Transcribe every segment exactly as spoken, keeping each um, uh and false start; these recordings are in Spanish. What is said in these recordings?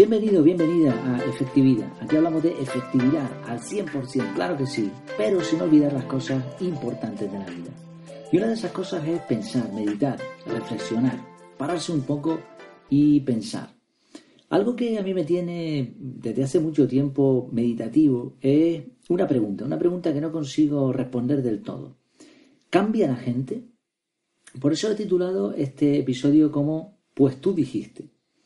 Bienvenido, bienvenida a Efectividad. Aquí hablamos de efectividad al cien por ciento, claro que sí, pero sin olvidar las cosas importantes de la vida. Y una de esas cosas es pensar, meditar, reflexionar, pararse un poco y pensar. Algo que a mí me tiene desde hace mucho tiempo meditativo es una pregunta, una pregunta que no consigo responder del todo. ¿Cambia la gente? Por eso he titulado este episodio como Pues tú dijiste.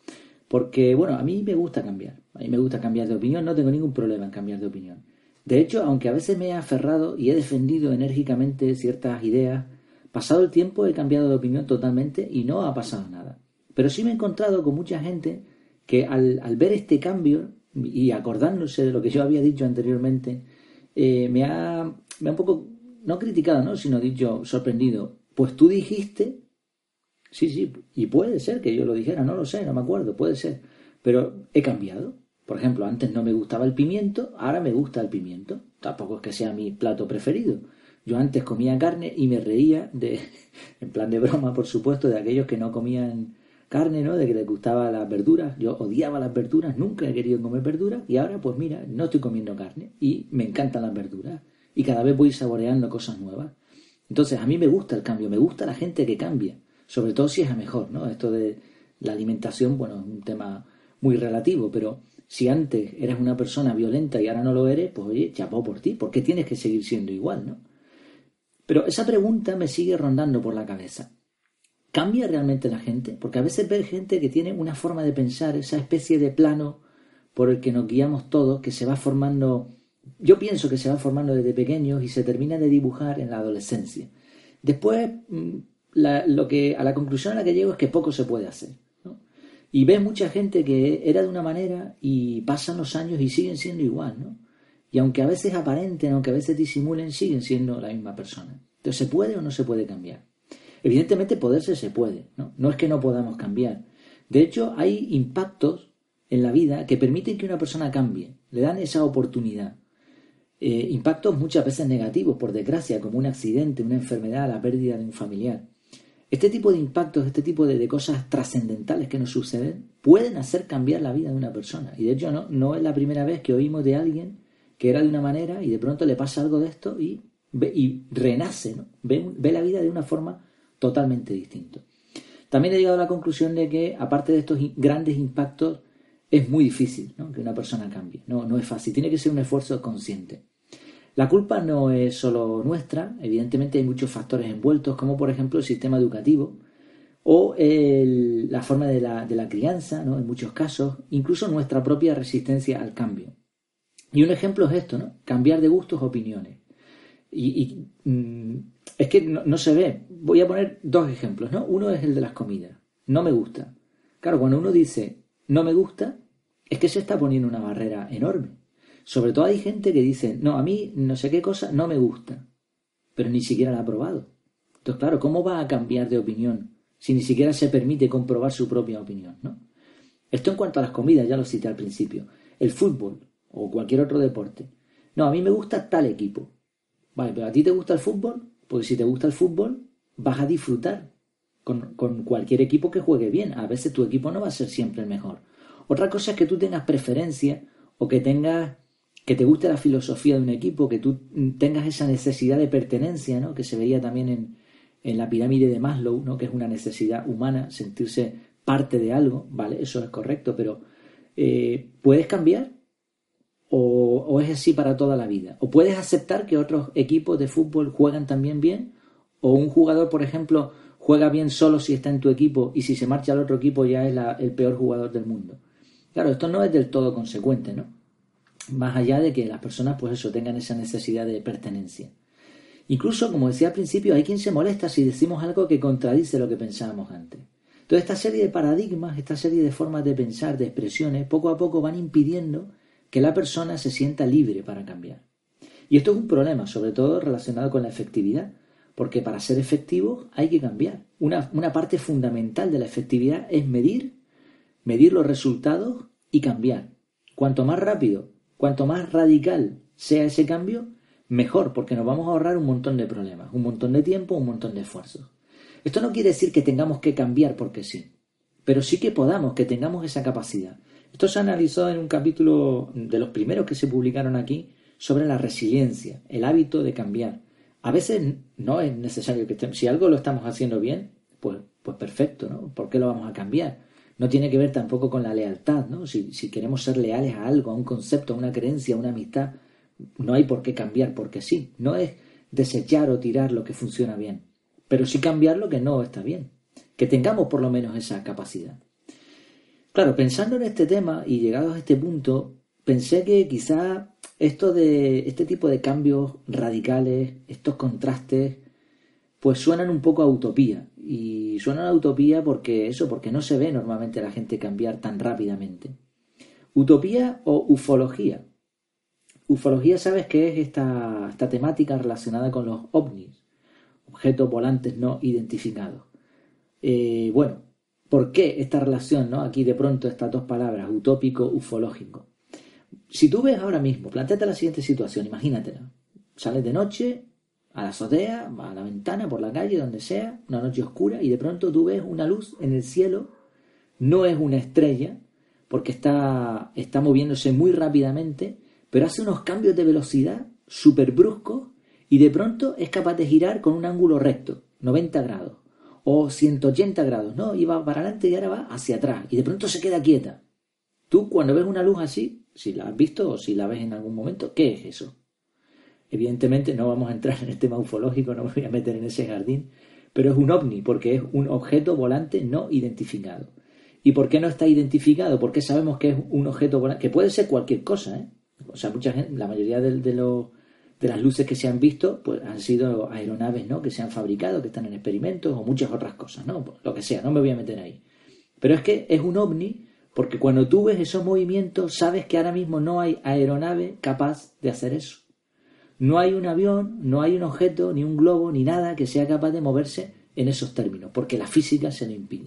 Porque, bueno, a mí me gusta cambiar. A mí me gusta cambiar de opinión, no tengo ningún problema en cambiar de opinión. De hecho, aunque a veces me he aferrado y he defendido enérgicamente ciertas ideas, pasado el tiempo he cambiado de opinión totalmente y no ha pasado nada. Pero sí me he encontrado con mucha gente que al, al ver este cambio y acordándose de lo que yo había dicho anteriormente, eh, me, ha, me ha un poco, no criticado, ¿no?, sino dicho, sorprendido. Pues tú dijiste... Sí, sí, y puede ser que yo lo dijera, no lo sé, no me acuerdo, puede ser. Pero he cambiado. Por ejemplo, antes no me gustaba el pimiento, ahora me gusta el pimiento. Tampoco es que sea mi plato preferido. Yo antes comía carne y me reía, de, en plan de broma, por supuesto, de aquellos que no comían carne, ¿no?, de que les gustaban las verduras. Yo odiaba las verduras, nunca he querido comer verduras y ahora, pues mira, no estoy comiendo carne y me encantan las verduras. Y cada vez voy saboreando cosas nuevas. Entonces, a mí me gusta el cambio, me gusta la gente que cambia. Sobre todo si es a mejor, ¿no? Esto de la alimentación, bueno, es un tema muy relativo, pero si antes eras una persona violenta y ahora no lo eres, pues oye, chapó por ti, ¿por qué tienes que seguir siendo igual, no? Pero esa pregunta me sigue rondando por la cabeza. ¿Cambia realmente la gente? Porque a veces ves gente que tiene una forma de pensar, esa especie de plano por el que nos guiamos todos, que se va formando, yo pienso que se va formando desde pequeños y se termina de dibujar en la adolescencia. Después... La, lo que a la conclusión a la que llego es que poco se puede hacer, ¿no? Y ves mucha gente que era de una manera y pasan los años y siguen siendo igual, ¿no? Y aunque a veces aparenten, aunque a veces disimulen, siguen siendo la misma persona. Entonces, ¿se puede o no se puede cambiar? Evidentemente poderse se puede, ¿no? No es que no podamos cambiar. De hecho, hay impactos en la vida que permiten que una persona cambie, le dan esa oportunidad. Eh, impactos muchas veces negativos, por desgracia, como un accidente, una enfermedad, la pérdida de un familiar. Este tipo de impactos, este tipo de, de cosas trascendentales que nos suceden, pueden hacer cambiar la vida de una persona. Y de hecho no, no es la primera vez que oímos de alguien que era de una manera y de pronto le pasa algo de esto y, ve, y renace, ¿no? Ve, ve la vida de una forma totalmente distinta. También he llegado a la conclusión de que, aparte de estos grandes impactos, es muy difícil, ¿no?, que una persona cambie. No, no es fácil, tiene que ser un esfuerzo consciente. La culpa no es solo nuestra, evidentemente hay muchos factores envueltos, como por ejemplo el sistema educativo o el, la forma de la, de la crianza, ¿no?, en muchos casos, incluso nuestra propia resistencia al cambio. Y un ejemplo es esto, ¿no?, cambiar de gustos o opiniones. Y, y mm, es que no, no se ve. Voy a poner dos ejemplos, ¿no? Uno es el de las comidas. No me gusta. Claro, cuando uno dice no me gusta, es que se está poniendo una barrera enorme. Sobre todo hay gente que dice, no, a mí no sé qué cosa no me gusta, pero ni siquiera la ha probado. Entonces, claro, ¿cómo va a cambiar de opinión si ni siquiera se permite comprobar su propia opinión, ¿no? Esto en cuanto a las comidas, ya lo cité al principio. El fútbol o cualquier otro deporte. No, a mí me gusta tal equipo. Vale, pero ¿a ti te gusta el fútbol? Porque si te gusta el fútbol, vas a disfrutar con, con cualquier equipo que juegue bien. A veces tu equipo no va a ser siempre el mejor. Otra cosa es que tú tengas preferencia o que tengas... que te guste la filosofía de un equipo, que tú tengas esa necesidad de pertenencia, ¿no?, que se veía también en, en la pirámide de Maslow, ¿no?, que es una necesidad humana, sentirse parte de algo, ¿vale? Eso es correcto, pero eh, ¿puedes cambiar? O, ¿O es así para toda la vida? ¿O puedes aceptar que otros equipos de fútbol juegan también bien? ¿O un jugador, por ejemplo, juega bien solo si está en tu equipo y si se marcha al otro equipo ya es la, el peor jugador del mundo? Claro, esto no es del todo consecuente, ¿no? Más allá de que las personas, pues eso, tengan esa necesidad de pertenencia. Incluso, como decía al principio, hay quien se molesta si decimos algo que contradice lo que pensábamos antes. Entonces, esta serie de paradigmas, esta serie de formas de pensar, de expresiones, poco a poco van impidiendo que la persona se sienta libre para cambiar. Y esto es un problema, sobre todo relacionado con la efectividad, porque para ser efectivos hay que cambiar. Una, una parte fundamental de la efectividad es medir, medir los resultados y cambiar. Cuanto más rápido, cuanto más radical sea ese cambio, mejor, porque nos vamos a ahorrar un montón de problemas, un montón de tiempo, un montón de esfuerzos. Esto no quiere decir que tengamos que cambiar porque sí, pero sí que podamos, que tengamos esa capacidad. Esto se analizó en un capítulo de los primeros que se publicaron aquí sobre la resiliencia, el hábito de cambiar. A veces no es necesario que estemos, si algo lo estamos haciendo bien, pues, pues perfecto, ¿no? ¿Por qué lo vamos a cambiar? No tiene que ver tampoco con la lealtad, ¿no? Si, si queremos ser leales a algo, a un concepto, a una creencia, a una amistad, no hay por qué cambiar porque sí. No es desechar o tirar lo que funciona bien, pero sí cambiar lo que no está bien. Que tengamos por lo menos esa capacidad. Claro, pensando en este tema y llegados a este punto, pensé que quizá esto de este tipo de cambios radicales, estos contrastes, pues suenan un poco a utopía. Y suenan a utopía porque eso, porque no se ve normalmente a la gente cambiar tan rápidamente. ¿Utopía o ufología? Ufología, ¿sabes qué es esta, esta temática relacionada con los ovnis? Objetos volantes no identificados. Eh, bueno, ¿por qué esta relación, ¿no? Aquí de pronto estas dos palabras, utópico, ufológico. Si tú ves ahora mismo, plantéate la siguiente situación, imagínatela. Sales de noche a la azotea, a la ventana, por la calle, donde sea, una noche oscura, y de pronto tú ves una luz en el cielo. No es una estrella, porque está, está moviéndose muy rápidamente, pero hace unos cambios de velocidad súper bruscos, y de pronto es capaz de girar con un ángulo recto, noventa grados, o ciento ochenta grados, ¿no? Y va para adelante y ahora va hacia atrás, y de pronto se queda quieta. Tú, cuando ves una luz así, si la has visto o si la ves en algún momento, ¿qué es eso? Evidentemente no vamos a entrar en el tema ufológico, no me voy a meter en ese jardín, pero es un ovni porque es un objeto volante no identificado. ¿Y por qué no está identificado? Porque sabemos que es un objeto volante, que puede ser cualquier cosa, ¿eh? O sea, mucha gente, la mayoría de, de, los, de las luces que se han visto, pues han sido aeronaves, ¿no? Que se han fabricado, que están en experimentos, o muchas otras cosas, ¿no? Lo que sea, no me voy a meter ahí. Pero es que es un ovni porque cuando tú ves esos movimientos, sabes que ahora mismo no hay aeronave capaz de hacer eso. No hay un avión, no hay un objeto, ni un globo, ni nada que sea capaz de moverse en esos términos, porque la física se lo impide.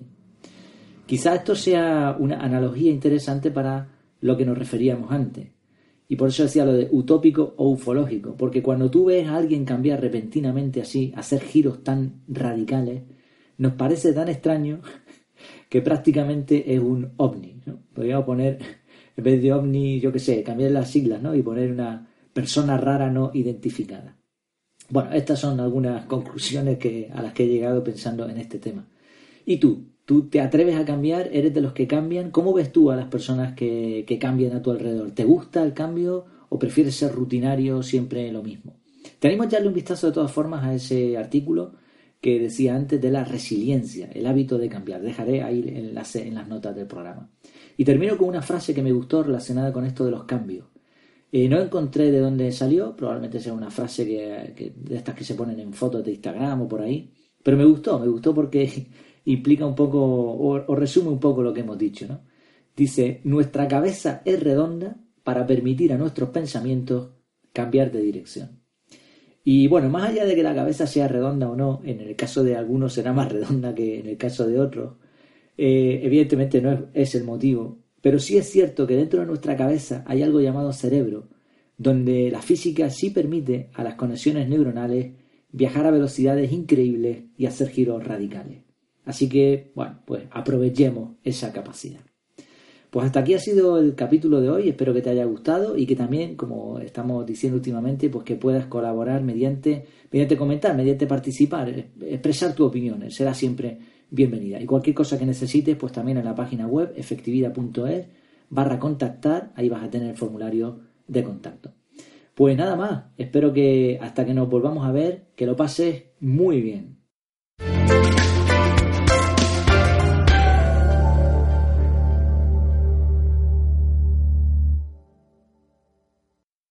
Quizá esto sea una analogía interesante para lo que nos referíamos antes. Y por eso decía lo de utópico o ufológico, porque cuando tú ves a alguien cambiar repentinamente así, hacer giros tan radicales, nos parece tan extraño que prácticamente es un ovni, ¿no? Podríamos poner, en vez de ovni, yo qué sé, cambiar las siglas, ¿no? Y poner una persona rara no identificada. Bueno, estas son algunas conclusiones que, a las que he llegado pensando en este tema. ¿Y tú? ¿Tú te atreves a cambiar? ¿Eres de los que cambian? ¿Cómo ves tú a las personas que, que cambian a tu alrededor? ¿Te gusta el cambio o prefieres ser rutinario, siempre lo mismo? Te animo a darle un vistazo de todas formas a ese artículo que decía antes de la resiliencia, el hábito de cambiar. Dejaré ahí el enlace en las notas del programa. Y termino con una frase que me gustó relacionada con esto de los cambios. Eh, no encontré de dónde salió, probablemente sea una frase que, que, de estas que se ponen en fotos de Instagram o por ahí, pero me gustó, me gustó porque implica un poco, o, o resume un poco lo que hemos dicho, ¿no? Dice, nuestra cabeza es redonda para permitir a nuestros pensamientos cambiar de dirección. Y bueno, más allá de que la cabeza sea redonda o no, en el caso de algunos será más redonda que en el caso de otros, eh, evidentemente no es, es el motivo. Pero sí es cierto que dentro de nuestra cabeza hay algo llamado cerebro, donde la física sí permite a las conexiones neuronales viajar a velocidades increíbles y hacer giros radicales. Así que, bueno, pues aprovechemos esa capacidad. Pues hasta aquí ha sido el capítulo de hoy, espero que te haya gustado y que también, como estamos diciendo últimamente, pues que puedas colaborar mediante, mediante comentar, mediante participar, expresar tu opinión, será siempre bienvenida. Y cualquier cosa que necesites, pues también en la página web efectividad punto es barra contactar, ahí vas a tener el formulario de contacto. Pues nada más, espero que hasta que nos volvamos a ver, que lo pases muy bien.